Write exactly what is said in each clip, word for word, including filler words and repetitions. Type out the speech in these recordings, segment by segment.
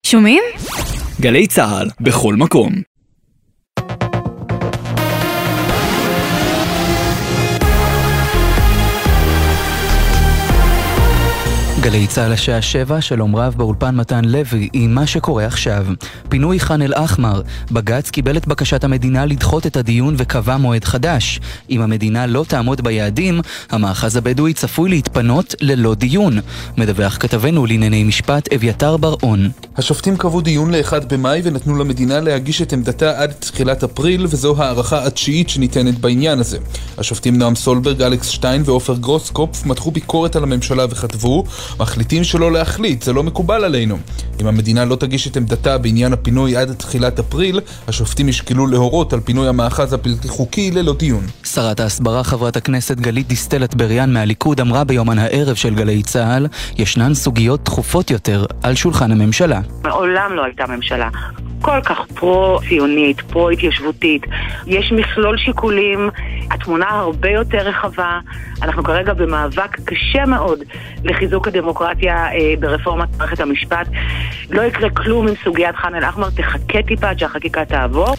שומעים? גלי צהל, בכל מקום. גלי צהל השעה שבע, שלום רב באולפן מתן לוי עם מה שקורה עכשיו. פינוי ח'אן אל-אחמר. בג"ץ קיבל את בקשת המדינה לדחות את הדיון וקבע מועד חדש. אם המדינה לא תעמוד ביעדים, המאחז הבדואי צפוי להתפנות ללא דיון. מדווח כתבנו לענייני משפט אביתר בר-און. השופטים קבעו דיון לאחד במאי ונתנו למדינה להגיש את עמדתה עד תחילת אפריל, וזו הערכה התשיעית שניתנת בעניין הזה. השופטים נועם סולברג, אלכס שטיין ואופר גרוסקופף מתחו ביקורת על הממשלה וכתבו: מחליטים שלא להחליט, זה לא מקובל עלינו. אם המדינה לא תגיש את עמדתה בעניין הפינוי עד תחילת אפריל, השופטים ישקלו להורות על פינוי המאחז הבלתי חוקי ללא דיון. שרת ההסברה חברת הכנסת גלית דיסטל אטבריאן מהליכוד אמרה ביומן הערב של גלי צהל, ישנן סוגיות דחופות יותר על שולחן הממשלה. מעולם לא הייתה ממשלה כל כך פרו-ציונית, פרו-התיישבותית. יש מכלול שיקולים, התמונה הרבה יותר רחבה. אנחנו כרגע במאבק קשה מאוד לחיזוק הדמוקרטיה אה, ברפורמת מערכת המשפט. לא יקרה כלום עם סוגיית ח'אן אל-אחמר, תחכה טיפה עד שהחקיקה תעבור.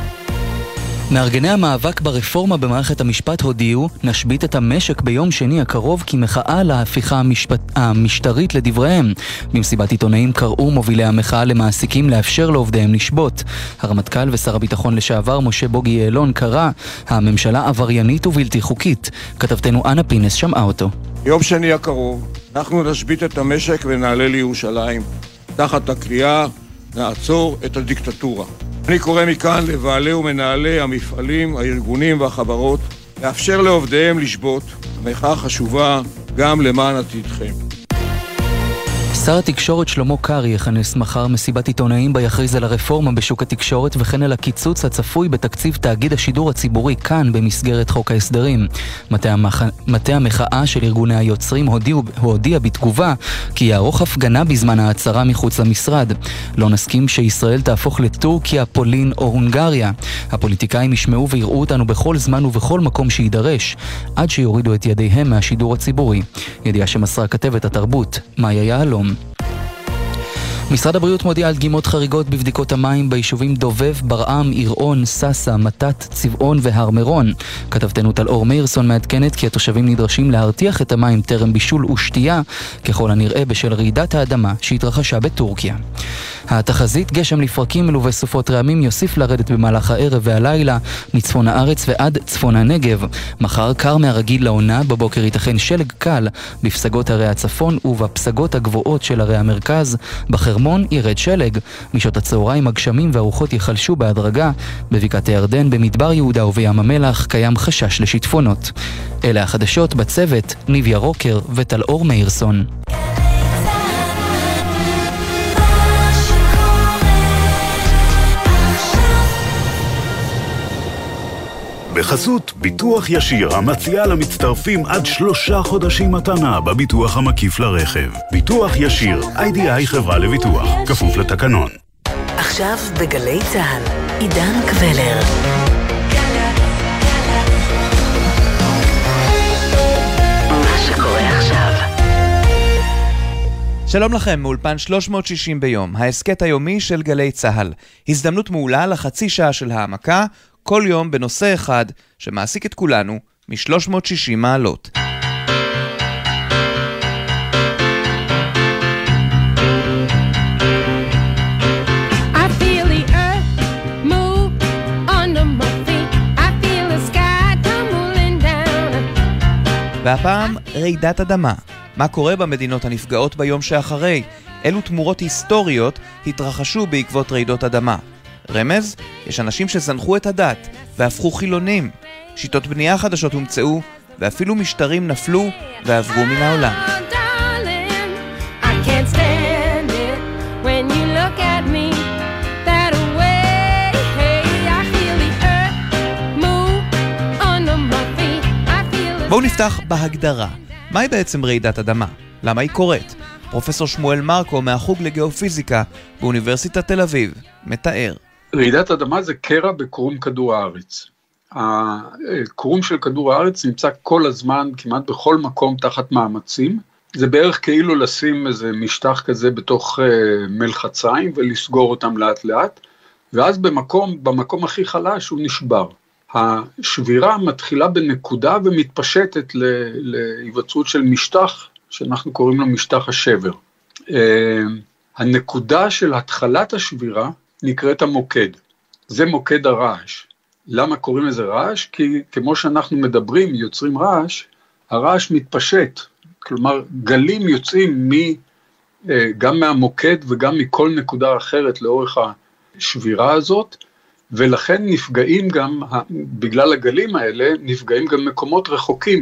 מארגני המאבק ברפורמה במערכת המשפט הודיעו, נשבית את המשק ביום שני הקרוב כמחאה להפיכה המשפט... המשטרית לדבריהם. במסיבת עיתונאים קראו מובילי המחאה למעסיקים לאפשר לעובדיהם לשבות. הרמטכ"ל ושר הביטחון לשעבר משה בוגי יעלון קרא, הממשלה עבריינית ובלתי חוקית. כתבתנו אנה פינס שמעה אותו. יום שני הקרוב אנחנו נשבית את המשק ונעלה לירושלים. תחת הקריאה נעצור את הדיקטטורה. אני קורא מכאן לבעלי ומנהלי המפעלים, הארגונים והחברות לאפשר לעובדיהם לשבות. המחאה חשובה גם למען עתידכם. שר התקשורת שלמה קרעי יכנס מחר מסיבת עיתונאים בה יכריז על הרפורמה בשוק התקשורת וכן על הקיצוץ הצפוי בתקציב תאגיד השידור הציבורי כאן במסגרת חוק ההסדרים. מטה המח... מטה המחאה של ארגוני היוצרים הודיע, הודיע בתגובה כי יערוך הפגנה בזמן ההצהרה מחוץ למשרד. לא נסכים שישראל תהפוך לטורקיה, פולין או הונגריה. הפוליטיקאים ישמעו ויראו אותנו בכל זמן ובכל מקום שידרש, עד שיורידו את ידיהם מהשידור הציבורי. ידיעה שמסרה כתבת התרבות, מאיה יעלום. משרד הבריאות מודיע על דגימות חריגות בבדיקות המים ביישובים דובב, ברעם, עירון, ססה, מתת, צבעון והר מירון. כתבתנו טל אור מאירסון מעדכנת כי התושבים נדרשים להרתיח את המים טרם בישול ושתייה, ככל הנראה בשל רעידת האדמה שהתרחשה בטורקיה. התחזית גשם לפרקים מלווה סופות רעמים יוסיף לרדת במהלך הערב והלילה מצפון הארץ ועד צפון הנגב. מחר קר מהרגיל לעונה, בבוקר ייתכן שלג קל בפסגות הרי הצפון ובפסגות הגבוהות של הרי המרכז. בחרמון ירד שלג. משעות הצהריים הגשמים והרוחות יחלשו בהדרגה. בבקעת הירדן, במדבר יהודה ובים המלח קיים חשש לשיטפונות. אלה החדשות בצוות, ניב ירוקר וטל אור מאירסון. בחסות ביטוח ישיר המציע למצטרפים עד שלושה חודשים מתנה בביטוח המקיף לרכב. ביטוח ישיר, איי די איי חברה לביטוח, כפוף לתקנון. עכשיו בגלי צהל, עידן קבלר. מה שקורה עכשיו. שלום לכם, מאולפן שלוש מאות שישים ביום, העסקת היומי של גלי צהל. הזדמנות מעולה לחצי שעה של העמקה, כל יום בנושא אחד שמעסיק את כולנו מ-שלוש מאות שישים מעלות. והפעם רעידת אדמה. מה קורה במדינות הנפגעות ביום שאחרי? אילו תמורות היסטוריות התרחשו בעקבות רעידות אדמה? רמז, יש אנשים שזנחו את הדת והפכו חילונים. שיטות בנייה חדשות הומצאו ואפילו משטרים נפלו ועברו מן העולם. בואו נפתח בהגדרה. מהי בעצם רעידת אדמה? למה היא קורית? פרופסור שמואל מרקו מהחוג לגיאופיזיקה באוניברסיטת תל אביב מתאר. רעידת אדמה זה קרע בקרום כדור הארץ. הקרום של כדור הארץ נמצא כל הזמן, כמעט בכל מקום תחת מאמצים, זה בערך כאילו לשים איזה משטח כזה בתוך אה, מלחציים ולסגור אותם לאט לאט, ואז במקום, במקום הכי חלש הוא נשבר. השבירה מתחילה בנקודה ומתפשטת להיווצרות של משטח, שאנחנו קוראים לו משטח השבר. אה, הנקודה של התחלת השבירה נקראת המוקד. זה מוקד הרעש. למה קוראים לזה רעש? כי כמו שאנחנו מדברים, יוצרים רעש, הרעש מתפשט. כלומר, גלים יוצאים מ, גם מהמוקד וגם מכל נקודה אחרת לאורך השבירה הזאת, ולכן נפגעים גם, בגלל הגלים האלה, נפגעים גם מקומות רחוקים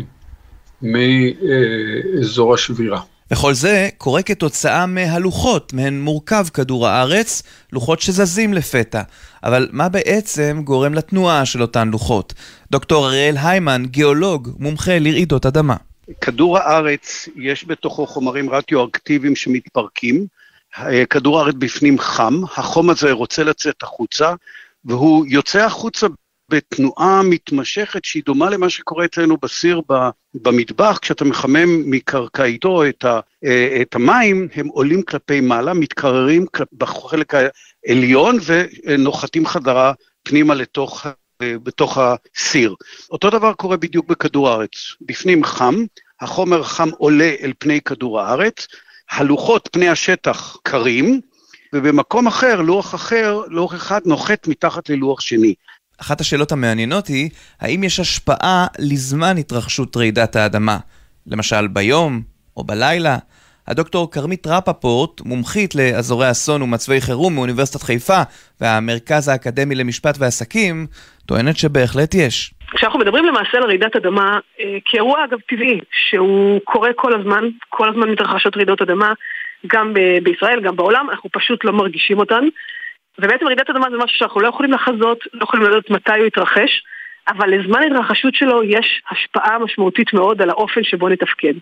מאזור השבירה. וכל זה קורה כתוצאה מהלוחות, מהן מורכב כדור הארץ, לוחות שזזים לפתע. אבל מה בעצם גורם לתנועה של אותן לוחות? דוקטור אריאל היימן, גיאולוג, מומחה לרעידות אדמה. כדור הארץ יש בתוכו חומרים רדיואקטיביים שמתפרקים, כדור הארץ בפנים חם, החום הזה רוצה לצאת החוצה, והוא יוצא החוצה בתנועה מתמשכת שהיא דומה למה שקורה אצלנו בסיר במטבח, כשאתה מחמם מקרקעיתו את, ה, את המים, הם עולים כלפי מעלה, מתקררים בחלק העליון ונוחתים חדרה פנימה לתוך, בתוך הסיר. אותו דבר קורה בדיוק בכדור הארץ, בפנים חם, החומר חם עולה אל פני כדור הארץ, הלוחות פני השטח קרים, ובמקום אחר, לוח אחר, לוח אחד נוחת מתחת ללוח שני. אחת השאלות המעניינות היא, האם יש השפעה לזמן התרחשות רעידת האדמה? למשל ביום או בלילה? הדוקטור קרמית רפפורט, מומחית לאזורי אסון ומצבי חירום מאוניברסיטת חיפה והמרכז האקדמי למשפט ועסקים, טוענת שבהחלט יש. כשאנחנו מדברים למעשה על רעידת אדמה, כאירוע אגב טבעי, שהוא קורה כל הזמן, כל הזמן מתרחשות רעידות אדמה, גם ב- בישראל, גם בעולם, אנחנו פשוט לא מרגישים אותן, ובעצם רעידת אדמה זה משהו שאנחנו לא יכולים לחזות, לא יכולים לדעת מתי הוא יתרחש, אבל לזמן התרחשות שלו יש השפעה משמעותית מאוד על האופן שבו נתפקד.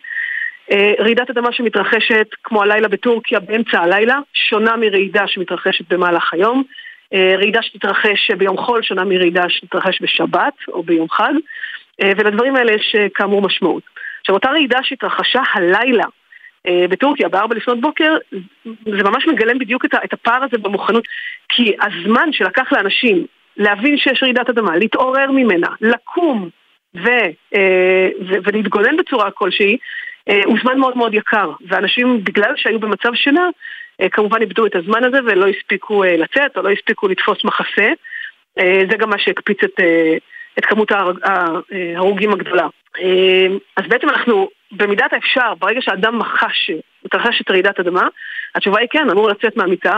רעידת אדמה שמתרחשת כמו הלילה בטורקיה באמצע הלילה, שונה מרעידה שמתרחשת במהלך היום, רעידה שתתרחש ביום חול, שונה מרעידה שתתרחש בשבת או ביום חג, ולדברים האלה יש כאמור משמעות. עכשיו, אותה רעידה שהתרחשה הלילה בטורקיה, בארבע לפנות בוקר, זה ממש מגלם בדיוק את הפער הזה במוכנות, כי הזמן שלקח לאנשים להבין שיש רעידת אדמה, להתעורר ממנה, לקום ו, ו, ולהתגונן בצורה כלשהי, הוא זמן מאוד מאוד יקר, ואנשים בגלל שהיו במצב שינה, כמובן איבדו את הזמן הזה ולא הספיקו לצאת או לא הספיקו לתפוס מחסה. זה גם מה שהקפיץ את, את כמות ההרוגים הגדולה. אז בעצם אנחנו במידת האפשר, ברגע שהאדם מחש מתרחש את רעידת אדמה, התשובה היא כן, אמור לצאת מהמיטה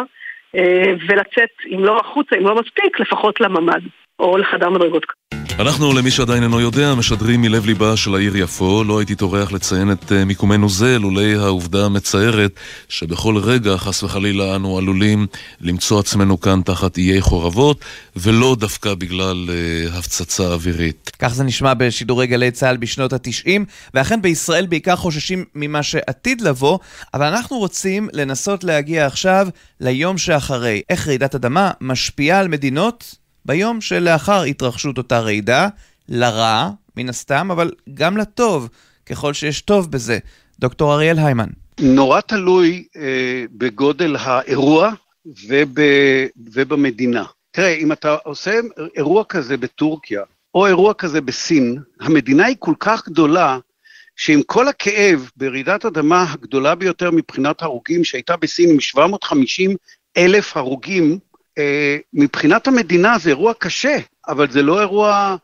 ולצאת, אם לא החוצה, אם לא מספיק, לפחות לממ"ד או לחדר מדרגות. אנחנו, למי שעדיין אינו יודע, משדרים מלב ליבה של העיר יפו. לא הייתי טורח לציין את מיקומנו זה, לולי העובדה המצערת שבכל רגע, חס וחלילה, אנו עלולים למצוא עצמנו כאן תחת איי חורבות, ולא דווקא בגלל uh, הפצצה אווירית. כך זה נשמע בשידורי גלי צהל בשנות ה-תשעים, ואכן בישראל בעיקר חוששים ממה שעתיד לבוא, אבל אנחנו רוצים לנסות להגיע עכשיו ליום שאחרי. איך רעידת אדמה משפיעה על מדינות ביום שלאחר התרחשות אותה רעידה, לרע, מן הסתם, אבל גם לטוב, ככל שיש טוב בזה. דוקטור אריאל היימן. נורא תלוי אה, בגודל האירוע וב, ובמדינה. תראה, אם אתה עושה אירוע כזה בטורקיה, או אירוע כזה בסין, המדינה היא כל כך גדולה, שעם כל הכאב ברעידת אדמה הגדולה ביותר מבחינת הרוגים, שהייתה בסין עם שבע מאות וחמישים אלף הרוגים, מבחינת המדינה זה אירוע קשה, אבל זה לא אירוע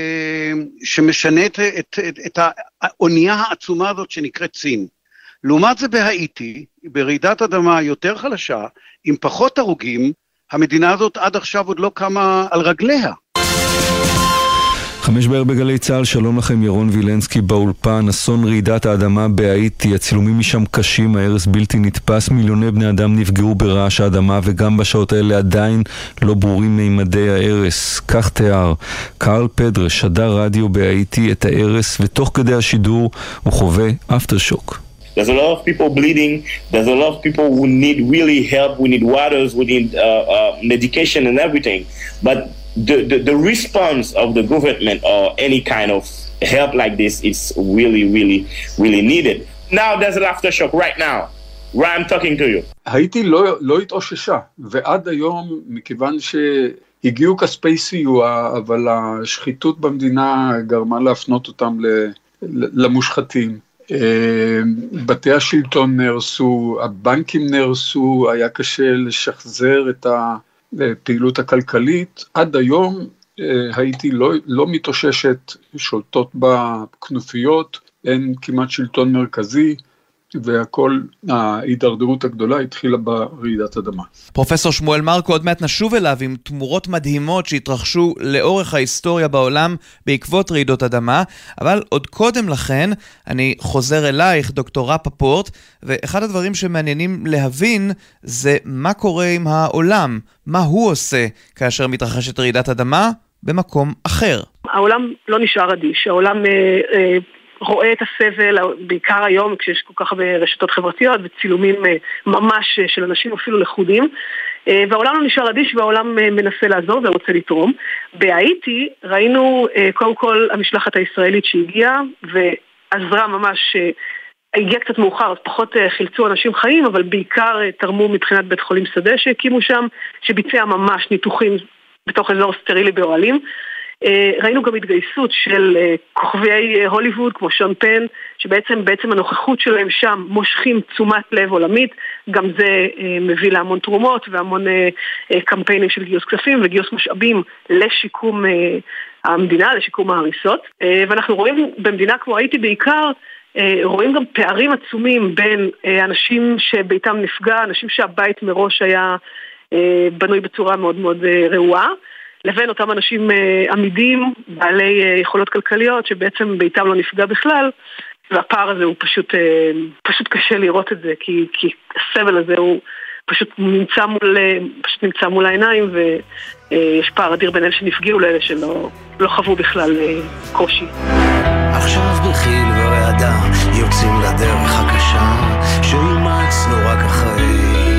שמשנה את, את, את, את האונייה העצומה הזאת שנקראת סין. לעומת זה בהאיטי, ברעידת אדמה יותר חלשה, עם פחות הרוגים, המדינה הזאת עד עכשיו עוד לא קמה על רגליה. חמש בערב בגלי צהל, שלום לכם, ירון וילנסקי באולפן. אסון רעידת האדמה בהאיטי, הצילומים משם קשים, ההרס בלתי נתפס, מיליוני בני אדם נפגעו ברעש האדמה, וגם בשעות האלה עדיין לא ברורים מימדי ההרס. כך תיאר קרל פדרש, שדר רדיו בהאיטי, את ההרס, ותוך כדי השידור הוא חווה אפטרשוק. There's a lot of people bleeding. There's a lot of people who need really help. We need waters. We need uh, uh, medication and everything. But the, the, the response of the government or any kind of help like this is really, really, really needed. now there's an aftershock right now. Where I'm talking to you. הייתי לא, לא התאוששה, ועד היום, מכיוון שהגיעו כספי סיוע, אבל השחיתות במדינה גרמה להפנות אותם למושחתים. בתי השלטון נהרסו, הבנקים נהרסו, היה קשה לשחזר את הפעילות הכלכלית. עד היום הייתי לא, לא מתאוששת, שולטות בכנופיות, אין כמעט שלטון מרכזי, והכל, ההידרדרות הגדולה התחילה ברעידת אדמה. פרופסור שמואל מרקו, עוד מעט נשוב אליו עם תמורות מדהימות שהתרחשו לאורך ההיסטוריה בעולם בעקבות רעידות אדמה, אבל עוד קודם לכן אני חוזר אלייך, דוקטור רפפורט, ואחד הדברים שמעניינים להבין זה מה קורה עם העולם, מה הוא עושה כאשר מתרחשת רעידת אדמה במקום אחר. העולם לא נשאר אדיש, העולם... אה, אה... רואה את הסבל, בעיקר היום כשיש כל כך הרבה רשתות חברתיות וצילומים ממש של אנשים אפילו לחודים, והעולם לא נשאר אדיש והעולם מנסה לעזור ורוצה לתרום. בהאיטי ראינו קודם כל המשלחת הישראלית שהגיעה ועזרה ממש, הגיעה קצת מאוחר, אז פחות חילצו אנשים חיים, אבל בעיקר תרמו מבחינת בית חולים שדה שהקימו שם, שביצע ממש ניתוחים בתוך אזור סטרילי באוהלים. ראינו גם התגייסות של כוכבי הוליווד כמו שון פן, שבעצם בעצם הנוכחות שלהם שם מושכים תשומת לב עולמית, גם זה מביא להמון תרומות והמון קמפיינים של גיוס כספים וגיוס משאבים לשיקום המדינה, לשיקום ההריסות. ואנחנו רואים במדינה כמו האיטי בעיקר, רואים גם פערים עצומים בין אנשים שביתם נפגע, אנשים שהבית מראש היה בנוי בצורה מאוד מאוד רעועה, לבין אותם אנשים עמידים, בעלי יכולות כלכליות, שבעצם ביתם לא נפגע בכלל, והפער הזה הוא פשוט, פשוט קשה לראות את זה, כי, כי הסבל הזה הוא פשוט נמצא מול, פשוט נמצא מול העיניים, ויש פער אדיר בין אלה שנפגעו לאלה שלא לא חוו בכלל קושי. עכשיו בחיל ורעדה יוצאים לדרך הקשה, שאימצנו רק אחרי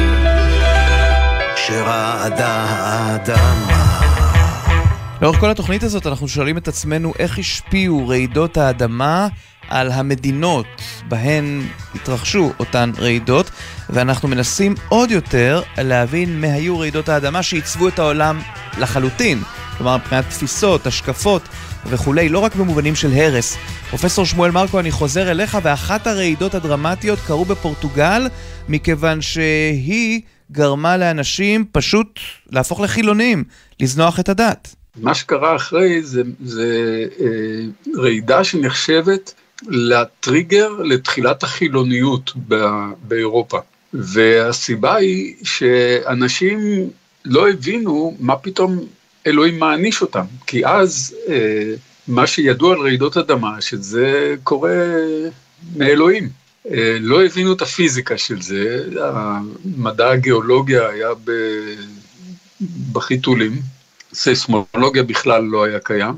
שרעדה האדמה. לאורך כל התוכנית הזאת אנחנו שואלים את עצמנו איך השפיעו רעידות האדמה על המדינות בהן התרחשו אותן רעידות, ואנחנו מנסים עוד יותר להבין מה היו רעידות האדמה שעיצבו את העולם לחלוטין, כלומר מבחינת תפיסות, השקפות וכולי, לא רק במובנים של הרס. פרופסור שמואל מרקו, אני חוזר אליך, ואחת הרעידות הדרמטיות קרו בפורטוגל, מכיוון שהיא גרמה לאנשים פשוט להפוך לחילונים, לזנוח את הדת. מה שקרה אחרי זה, זה אה, רעידה שנחשבת לטריגר לתחילת החילוניות ב- באירופה. והסיבה היא שאנשים לא הבינו מה פתאום אלוהים מעניש אותם. כי אז אה, מה שידוע על רעידות אדמה, שזה קורה מאלוהים. אה, לא הבינו את הפיזיקה של זה, המדע הגיאולוגיה היה ב... בחיתולים, סייסמולוגיה בכלל לא היה קיים,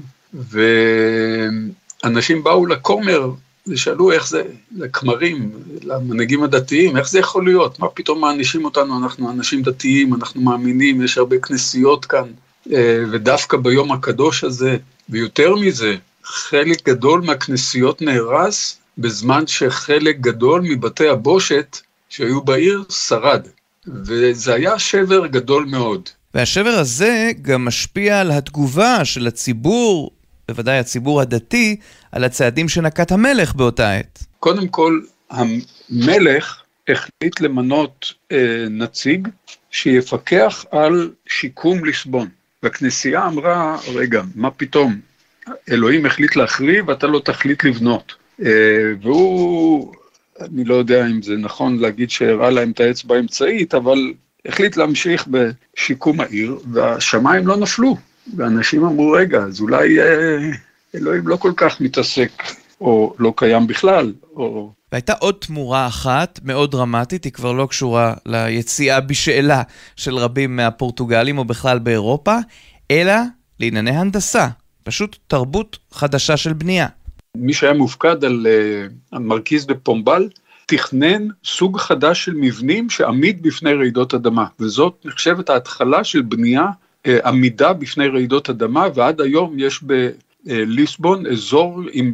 ואנשים באו לכומר ושאלו איך זה, לכמרים, למנהיגים הדתיים, איך זה יכול להיות? מה פתאום מענישים אותנו? אנחנו אנשים דתיים, אנחנו מאמינים, יש הרבה כנסיות כאן, ודווקא ביום הקדוש הזה, ויותר מזה, חלק גדול מהכנסיות נהרס, בזמן שחלק גדול מבתי הבושת שהיו בעיר שרד, וזה היה שבר גדול מאוד. והשבר הזה גם משפיע על התגובה של הציבור, בוודאי הציבור הדתי, על הצעדים שנקט המלך באותה עת. קודם כל, המלך החליט למנות אה, נציג שיפקח על שיקום ליסבון. והכנסייה אמרה, רגע, מה פתאום? אלוהים החליט להחריב, אתה לא תחליט לבנות. אה, והוא, אני לא יודע אם זה נכון להגיד שהראה להם את האצבע האמצעית, אבל החליט להמשיך בשיקום העיר, והשמיים לא נפלו. ואנשים אמרו, רגע, אז אולי אה, אלוהים לא כל כך מתעסק, או לא קיים בכלל, או... והייתה עוד תמורה אחת מאוד דרמטית, היא כבר לא קשורה ליציאה בשאלה של רבים מהפורטוגלים או בכלל באירופה, אלא לענייני הנדסה, פשוט תרבות חדשה של בנייה. מי שהיה מופקד על uh, המרכיז בפומבל, תכנן סוג חדש של מבנים שעמיד בפני רעידות אדמה, וזאת נחשבת ההתחלה של בנייה uh, עמידה בפני רעידות אדמה, ועד היום יש בליסבון אזור עם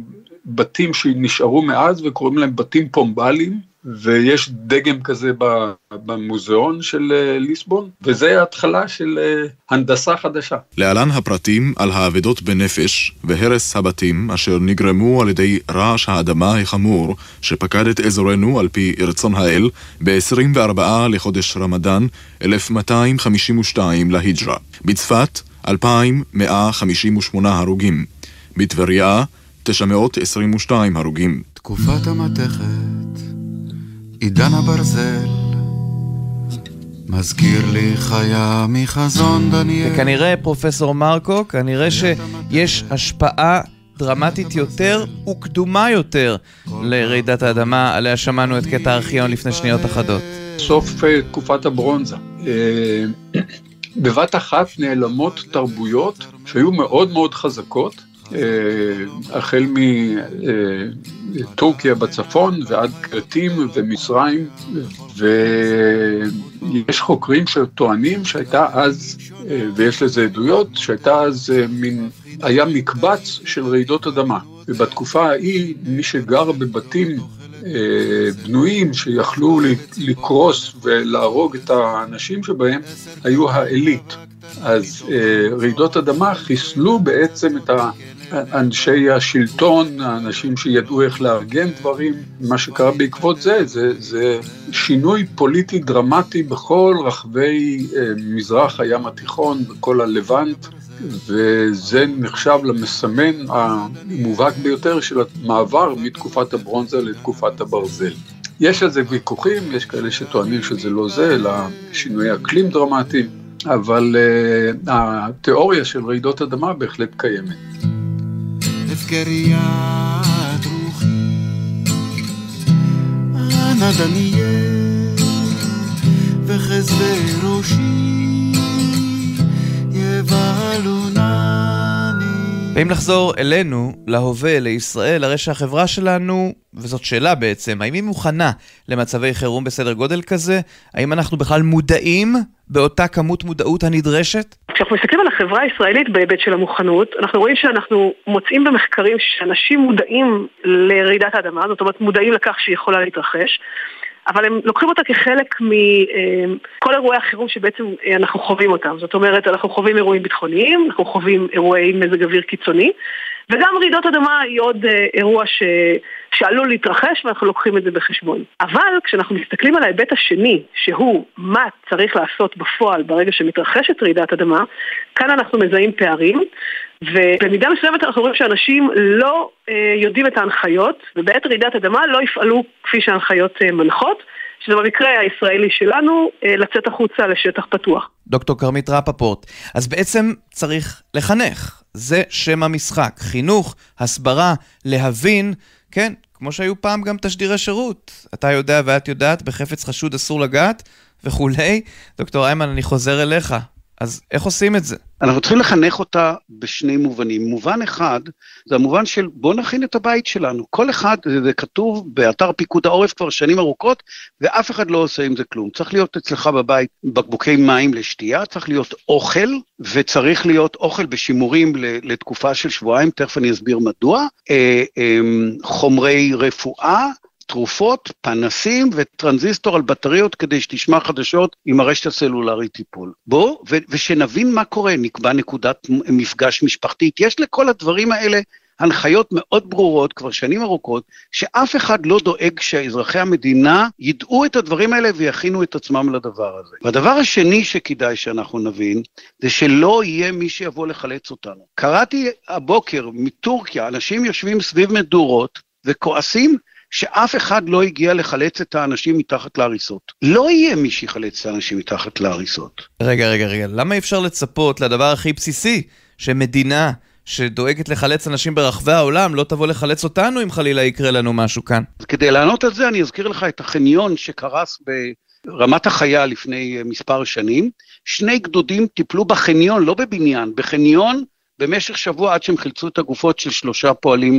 בתים שנשארו מאז וקוראים להם בתים פומבליים, ויש דגם כזה במוזיאון של ליסבון, וזה ההתחלה של הנדסה חדשה. להלן הפרטים על העבדות בנפש והרס הבתים אשר נגרמו על ידי רעש האדמה החמור שפקד את אזורנו על פי רצון האל ב-עשרים וארבעה לחודש רמדאן אלף מאתיים חמישים ושתיים להיג'רה. בצפת אלפיים מאה חמישים ושמונה הרוגים. בטבריה תשע מאות עשרים ושתיים הרוגים. תקופת המתכת עידן הברזל מזכיר לי חיה מחזון דניאל. וכנראה פרופסור מרקו, כנראה שיש השפעה דרמטית יותר וקדומה יותר לרעידת האדמה, עליה שמענו את קטע הארכיון לפני שניות אחדות. סוף תקופת הברונזה. בבת אחת נעלמות תרבויות שהיו מאוד מאוד חזקות, החל מטורקיה בצפון ועד קרטים ומצרים, ויש חוקרים שטוענים שהייתה אז, ויש לזה עדויות, שהייתה אז מין, היה מקבץ של רעידות אדמה, ובתקופה ההיא מי שגר בבתים בנויים שיכלו לקרוס ולהרוג את האנשים שבהם היו האליט. אז רעידות אדמה חיסלו בעצם את אנשי השלטון, האנשים שידעו איך לארגן דברים. מה שקרה בעקבות זה, זה, זה שינוי פוליטי דרמטי בכל רחבי מזרח הים התיכון, בכל הלבנט, וזה נחשב למסמן המובהק ביותר של המעבר מתקופת הברונזה לתקופת הברזל. יש על זה ויכוחים, יש כאלה שטוענים שזה לא זה, אלא שינוי אקלים דרמטיים, אבל uh, התיאוריה של רעידות אדמה בהחלט קיימת. הפקריית רוחי, אנא דניאל, וחז בראשי, יבלונני. ואם לחזור אלינו, להווה, לישראל, הרי שהחברה שלנו, וזאת שאלה בעצם, האם היא מוכנה למצבי חירום בסדר גודל כזה? האם אנחנו בכלל מודעים באותה כמות מודעות הנדרשת? כשאנחנו מסתכלים על החברה הישראלית בהיבט של המוכנות, אנחנו רואים שאנחנו מוצאים במחקרים שאנשים מודעים לרעידת האדמה, זאת אומרת מודעים לכך שהיא יכולה להתרחש, אבל הם לוקחים אותה כחלק מכל אירועי החירום שבעצם אנחנו חווים אותם. זאת אומרת, אנחנו חווים אירועים ביטחוניים, אנחנו חווים אירועי מזג אוויר קיצוני, וגם רעידות אדמה היא עוד אירוע ש... שעלול להתרחש, ואנחנו לוקחים את זה בחשבון. אבל כשאנחנו מסתכלים על ההיבט השני, שהוא מה צריך לעשות בפועל ברגע שמתרחשת רעידת אדמה, כאן אנחנו מזהים פערים, ובמידה מסוימת אנחנו רואים שאנשים לא אה, יודעים את ההנחיות, ובעת רעידת אדמה לא יפעלו כפי שההנחיות אה, מנחות, שזה במקרה הישראלי שלנו, אה, לצאת החוצה לשטח פתוח. דוקטור קרמית רפפורט, אז בעצם צריך לחנך, זה שם המשחק, חינוך, הסברה, להבין, כן, כמו שהיו פעם גם תשדירי שירות, אתה יודע ואת יודעת, בחפץ חשוד אסור לגעת וכולי. דוקטור איימן, אני חוזר אליך, אז איך עושים את זה? אנחנו צריכים לחנך אותה בשני מובנים. מובן אחד, זה המובן של בוא נכין את הבית שלנו. כל אחד, זה כתוב באתר פיקוד העורף כבר שנים ארוכות, ואף אחד לא עושה עם זה כלום. צריך להיות אצלך בבית בקבוקי מים לשתייה, צריך להיות אוכל, וצריך להיות אוכל בשימורים לתקופה של שבועיים, תכף אני אסביר מדוע, חומרי רפואה, תרופות, פנסים וטרנזיסטור על בטריות כדי שתשמע חדשות עם הרשת הסלולרית טיפול. בוא, ו- ושנבין מה קורה, נקבע נקודת מפגש משפחתית. יש לכל הדברים האלה הנחיות מאוד ברורות, כבר שנים ארוכות, שאף אחד לא דואג שאזרחי המדינה ידעו את הדברים האלה ויכינו את עצמם לדבר הזה. והדבר השני שכדאי שאנחנו נבין, זה שלא יהיה מי שיבוא לחלץ אותנו. קראתי הבוקר מטורקיה, אנשים יושבים סביב מדורות וכועסים, שאף אחד לא הגיע לחלץ את האנשים מתחת להריסות. לא יהיה מי שיחלץ את האנשים מתחת להריסות. רגע, רגע, רגע. למה אפשר לצפות לדבר הכי בסיסי, שמדינה שדואגת לחלץ אנשים ברחבי העולם, לא תבוא לחלץ אותנו אם חלילה יקרה לנו משהו כאן? כדי לענות על זה, אני אזכיר לך את החניון שקרס ברמת החיה לפני מספר שנים. שני גדודים טיפלו בחניון, לא בבניין, בחניון, במשך שבוע עד שהם חילצו את הגופות של שלושה פועלים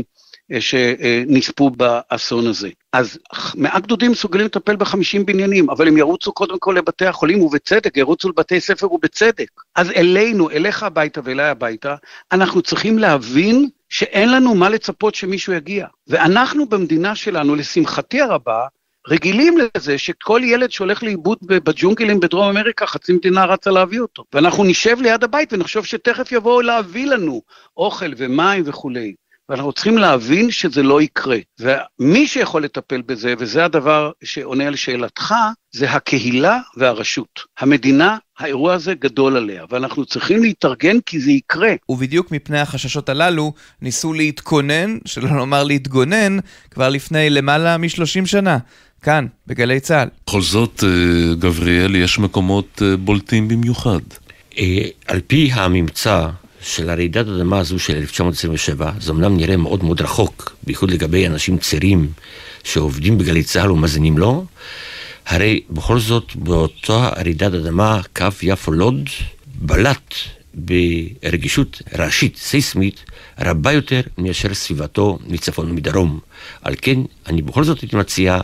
שנספו באסון הזה. אז מאה גדודים מסוגלים לטפל ב-חמישים בניינים, אבל הם ירוצו קודם כל לבתי החולים ובצדק, ירוצו לבתי ספר ובצדק. אז אלינו, אליך הביתה ואליי הביתה, אנחנו צריכים להבין שאין לנו מה לצפות שמישהו יגיע. ואנחנו במדינה שלנו, לשמחתי הרבה, רגילים לזה שכל ילד שהולך לאיבוד בג'ונגלים בדרום אמריקה, חצי מדינה רצה להביא אותו. ואנחנו נשב ליד הבית ונחשוב שתכף יבואו להביא לנו אוכל ומים וכולי. ואנחנו צריכים להבין שזה לא יקרה. ומי שיכול לטפל בזה, וזה הדבר שעונה על שאלתך, זה הקהילה והרשות. המדינה, האירוע הזה גדול עליה, ואנחנו צריכים להתארגן כי זה יקרה. ובדיוק מפני החששות הללו, ניסו להתכונן, שלא לומר להתגונן, כבר לפני למעלה מ-שלושים שנה. כאן, בגלי צהל. בכל זאת, גבריאל, יש מקומות בולטים במיוחד. על פי הממצא של הרעידת האדמה הזו של אלף תשע מאות עשרים ושבע, זה אמנם נראה מאוד מאוד רחוק, בייחוד לגבי אנשים צעירים שעובדים בגלי צהל ומאזינים לו, הרי בכל זאת באותה רעידת אדמה קו יפו לוד בלט ברגישות רעשית סיסמית רבה יותר מאשר סביבתו מצפון ומדרום. על כן אני בכל זאת הייתי מציע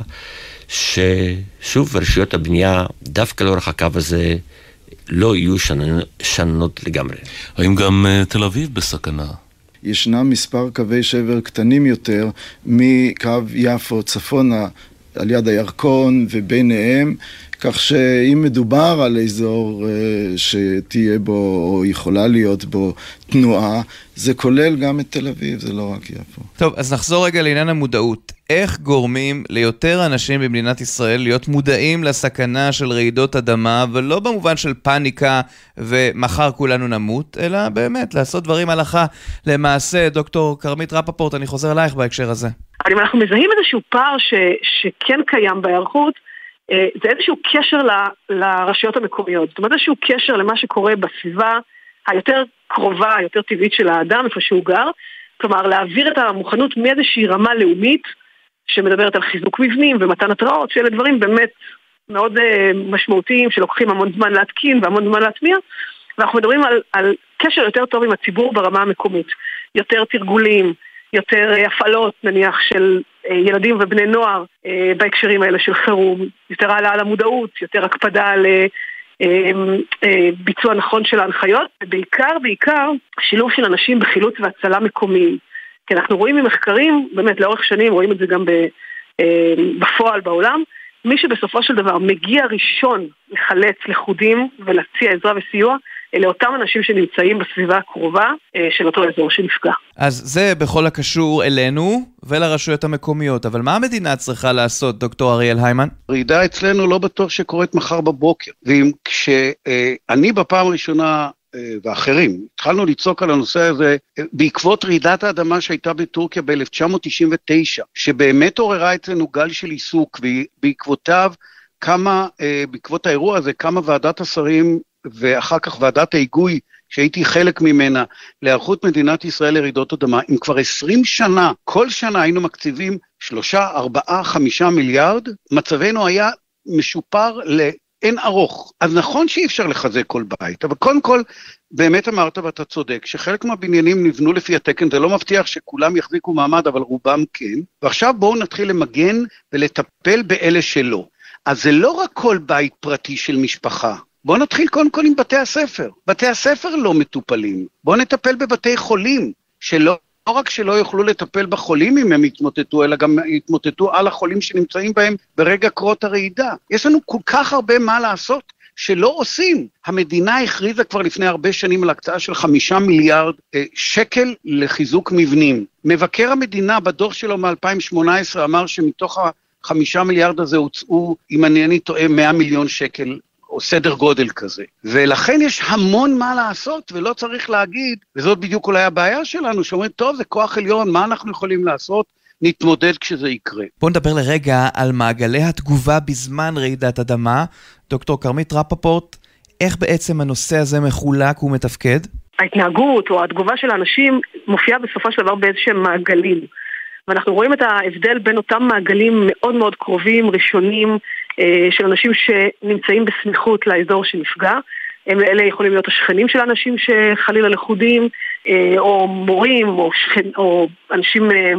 ששוב רשויות הבנייה דווקא לאורך הקו הזה לא יהיו שננות לגמרי. האם גם uh, תל אביב בסכנה? ישנם מספר קווי שבר קטנים יותר מקו יפו צפונה על יד הירקון וביניהם, כך שאם מדובר על אזור uh, שתהיה בו או יכולה להיות בו תנועה, זה כולל גם את תל אביב, זה לא רק יפו. טוב, אז נחזור רגע לעניין המודעות. איך גורמים ליותר אנשים במדינת ישראל להיות מודעים לסכנה של רעידות אדמה, ולא במובן של פאניקה ומחר כולנו נמות, אלא באמת לעשות דברים הלכה למעשה. דוקטור קרמית רפפורט, אני חוזר אלייך בהקשר הזה. אם אנחנו מזהים איזשהו פער ש, שכן קיים בהיערכות, זה איזשהו קשר ל, לרשויות המקומיות. זאת אומרת, איזשהו קשר למה שקורה בסביבה היותר קרובה, היותר טבעית של האדם, איפה שהוא גר. כלומר, להעביר את המוכנות מאיזושהי רמה לאומית, שמדברת על חיזוק מבנים ומתן התראות, שאלה דברים באמת מאוד uh, משמעותיים, שלוקחים המון זמן להתקין והמון זמן להטמיע, ואנחנו מדברים על, על קשר יותר טוב עם הציבור ברמה המקומית. יותר תרגולים, יותר uh, הפעלות, נניח, של uh, ילדים ובני נוער uh, בהקשרים האלה של חירום, יותר העלה על המודעות, יותר הקפדה על uh, uh, ביצוע נכון של ההנחיות, ובעיקר, בעיקר, שילוב של אנשים בחילוץ והצלה מקומיים. כי אנחנו רואים ממחקרים, באמת לאורך שנים, רואים את זה גם בפועל בעולם, מי שבסופו של דבר מגיע ראשון לחלץ לחודים ולהציע עזרה וסיוע, אלה אותם אנשים שנמצאים בסביבה הקרובה של אותו אזור שנפגע. אז זה בכל הקשור אלינו ולרשויות המקומיות, אבל מה המדינה צריכה לעשות, דוקטור אריאל היימן? רעידה אצלנו לא בטוח שקורית מחר בבוקר, ואם כשאני בפעם הראשונה ואחרים, התחלנו לצעוק על הנושא הזה בעקבות רעידת האדמה שהייתה בטורקיה ב-אלף תשע מאות תשעים ותשע, שבאמת עוררה אצלנו גל של עיסוק, ובעקבותיו כמה, בעקבות האירוע הזה, כמה ועדת השרים ואחר כך ועדת ההיגוי, שהייתי חלק ממנה, להיערכות מדינת ישראל לרעידות אדמה, אם כבר עשרים שנה, כל שנה היינו מקציבים שלושה, ארבעה, חמישה מיליארד, מצבנו היה משופר ל... אין ארוך. אז נכון שאי אפשר לחזק כל בית, אבל קודם כל, באמת אמרת ואתה צודק, שחלק מהבניינים נבנו לפי התקן, זה לא מבטיח שכולם יחזיקו מעמד, אבל רובם כן. ועכשיו בואו נתחיל למגן ולטפל באלה שלא. אז זה לא רק כל בית פרטי של משפחה. בואו נתחיל קודם כל עם בתי הספר. בתי הספר לא מטופלים. בואו נטפל בבתי חולים, שלא לא רק שלא יוכלו לטפל בחולים אם הם יתמוטטו, אלא גם יתמוטטו על החולים שנמצאים בהם ברגע קרות הרעידה. יש לנו כל כך הרבה מה לעשות שלא עושים. המדינה הכריזה כבר לפני הרבה שנים על הקצאה של חמישה מיליארד אה, שקל לחיזוק מבנים. מבקר המדינה בדוח שלו מ-אלפיים שמונה עשרה אמר שמתוך החמישה מיליארד הזה הוצאו, אם אני טועה, מאה מיליון שקל או סדר גודל כזה. ולכן יש המון מה לעשות, ולא צריך להגיד, וזאת בדיוק אולי הבעיה שלנו, שאומרים, טוב, זה כוח עליון, מה אנחנו יכולים לעשות? נתמודד כשזה יקרה. בואו נדבר לרגע על מעגלי התגובה בזמן רעידת אדמה. דוקטור קרמית רפפורט, איך בעצם הנושא הזה מחולק ומתפקד? ההתנהגות או התגובה של האנשים מופיעה בסופו של דבר באיזשהם מעגלים. ואנחנו רואים את ההבדל בין אותם מעגלים מאוד מאוד קרובים, ראשונים, של אנשים שנמצאים בסמיכות לאזור שנפגע. הם אלה יכולים להיות השכנים של אנשים שחלילה לכודים, או מורים, או, שכן, או אנשים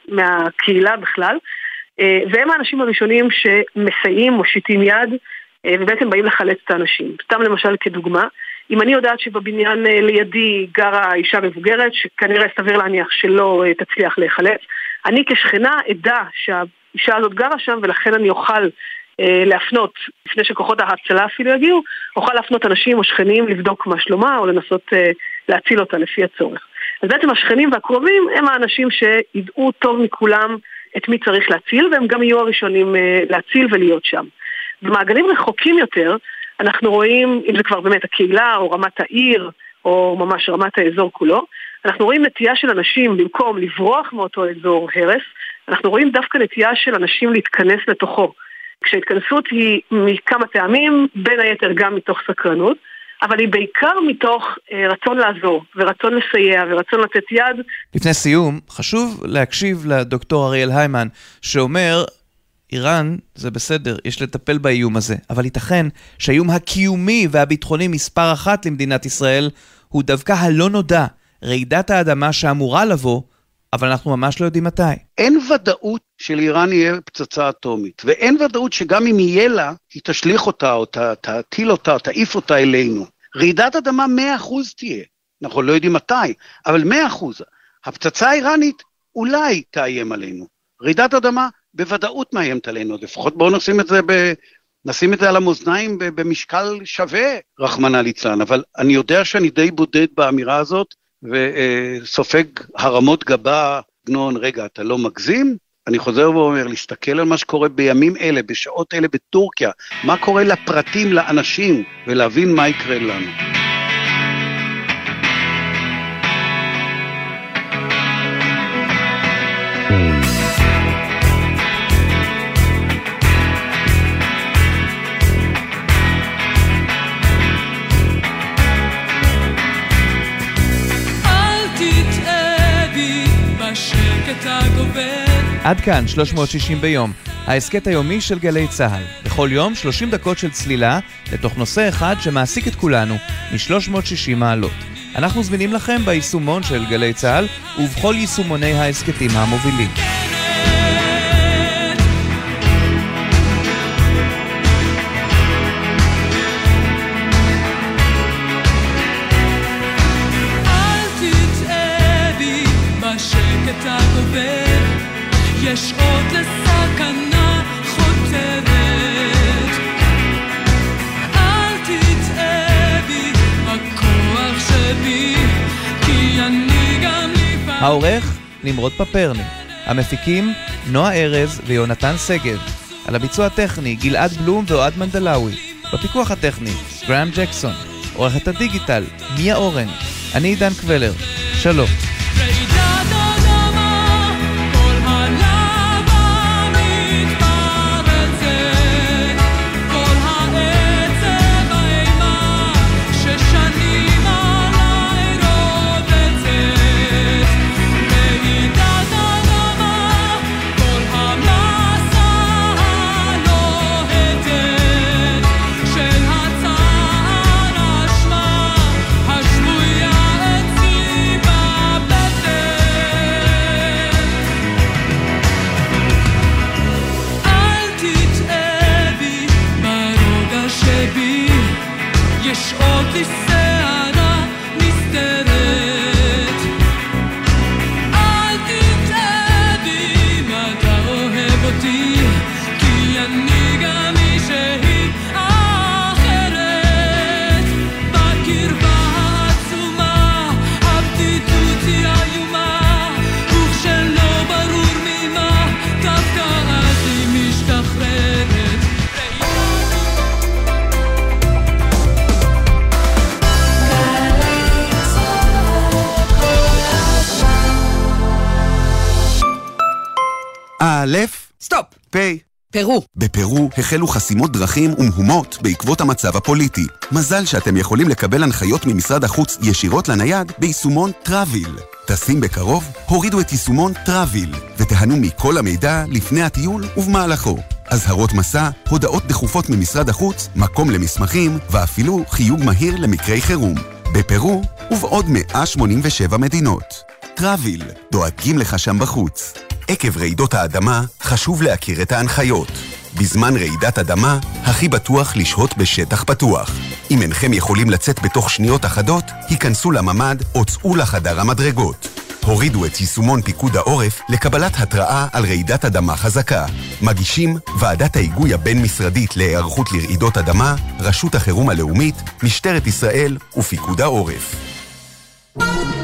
מהקהילה בכלל, והם האנשים הראשונים שמסייעים, מושיטים יד, ובעצם באים לחלץ את האנשים. סתם למשל כדוגמה, אם אני יודעת שבבניין לידי גרה אישה מבוגרת, שכנראה סביר להניח שלא תצליח להיחלץ, אני כשכנה אדע שהאישה הזאת גרה שם, ולכן אני אוכל להפנות, לפני שכוחות ההצלה אפילו יגיעו, אוכל להפנות אנשים או שכנים לבדוק מה שלומה, או לנסות להציל אותה לפי הצורך. אז בעצם השכנים והקרובים הם האנשים שידעו טוב מכולם את מי צריך להציל, והם גם יהיו הראשונים להציל ולהיות שם. במעגלים רחוקים יותר, אנחנו רואים, אם זה כבר באמת הקהילה, או רמת העיר, או ממש רמת האזור כולו, אנחנו רואים נטייה של אנשים, במקום לברוח מאותו אזור הרס, אנחנו רואים דווקא נטייה של אנשים להתכנס לתוכו. כשהתכנסות היא מכמה טעמים, בין היתר גם מתוך סקרנות, אבל היא בעיקר מתוך אה, רצון לעזור, ורצון לסייע, ורצון לתת יד. לפני סיום, חשוב להקשיב לדוקטור אריאל היימן, שאומר, איראן זה בסדר, יש לטפל באיום הזה, אבל ייתכן שהאיום הקיומי והביטחוני מספר אחת למדינת ישראל, הוא דווקא הלא נודע, רעידת האדמה שאמורה לבוא, אבל אנחנו ממש לא יודעים מתי. אין ודאות שלאיראן יהיה פצצה אטומית, ואין ודאות שגם אם יהיה לה, היא תשליך אותה, או תטיל אותה, או תעיף אותה אלינו. רעידת אדמה מאה אחוז תהיה, אנחנו לא יודעים מתי, אבל מאה אחוז. הפצצה האיראנית אולי תאיים עלינו. רעידת אדמה בוודאות מאיימת עלינו, לפחות בואו נשים את זה, ב... נשים את זה על המאזניים במשקל שווה, רחמנא ליצלן, אבל אני יודע שאני די בודד באמירה הזאת, וסופג הרמות גבה, גנון, רגע, אתה לא מגזים? אני חוזר ואומר, להסתכל על מה שקורה בימים אלה, בשעות אלה בטורקיה, מה קורה לפרטים, לאנשים, ולהבין מה יקרה לנו. עד כאן שלוש מאות שישים ביום, העסקת היומי של גלי צהל. בכל יום שלושים דקות של צלילה לתוך נושא אחד שמעסיק את כולנו מ-שלוש מאות ושישים מעלות. אנחנו זמינים לכם ביישומון של גלי צהל ובכל יישומוני העסקתים המובילים. יש עוד לסכנה חותרת, אל תטעה בי, הכוח שבי, כי אני גם לפעמים. העורך נמרוד פפרני, המפיקים נועה ארז ויונתן סגב, על הביצוע הטכני גלעד בלום ואוהד מנדלאוי, בפיקוח הטכני גרם ג'קסון, עורכת הדיגיטל מיה אורן, אני עידן קבלר, שלום. א', סטופ. פ', פרו. בפרו החלו חסימות דרכים ומהומות בעקבות המצב הפוליטי. מזל שאתם יכולים לקבל הנחיות ממשרד החוץ ישירות לנייד ביישומון טראביל. טסים בקרוב, הורידו את יישומון טראביל ותהנו מכל המידע לפני הטיול ובמהלכו. אזהרות מסע, הודעות דחופות ממשרד החוץ, מקום למסמכים ואפילו חיוג מהיר למקרי חירום. בפרו ובעוד מאה שמונים ושבע מדינות. טראביל, דואגים לך שם בחוץ. עקב רעידות האדמה חשוב להכיר את ההנחיות. בזמן רעידת אדמה, הכי בטוח לשהות בשטח פתוח. אם אינכם יכולים לצאת בתוך שניות אחדות, היכנסו לממד או צאו לחדר המדרגות. הורידו את יישומון פיקוד העורף לקבלת התראה על רעידת אדמה חזקה. מגישים ועדת ההיגוי הבין-משרדית להיערכות לרעידות אדמה, רשות החירום הלאומית, משטרת ישראל ופיקוד העורף.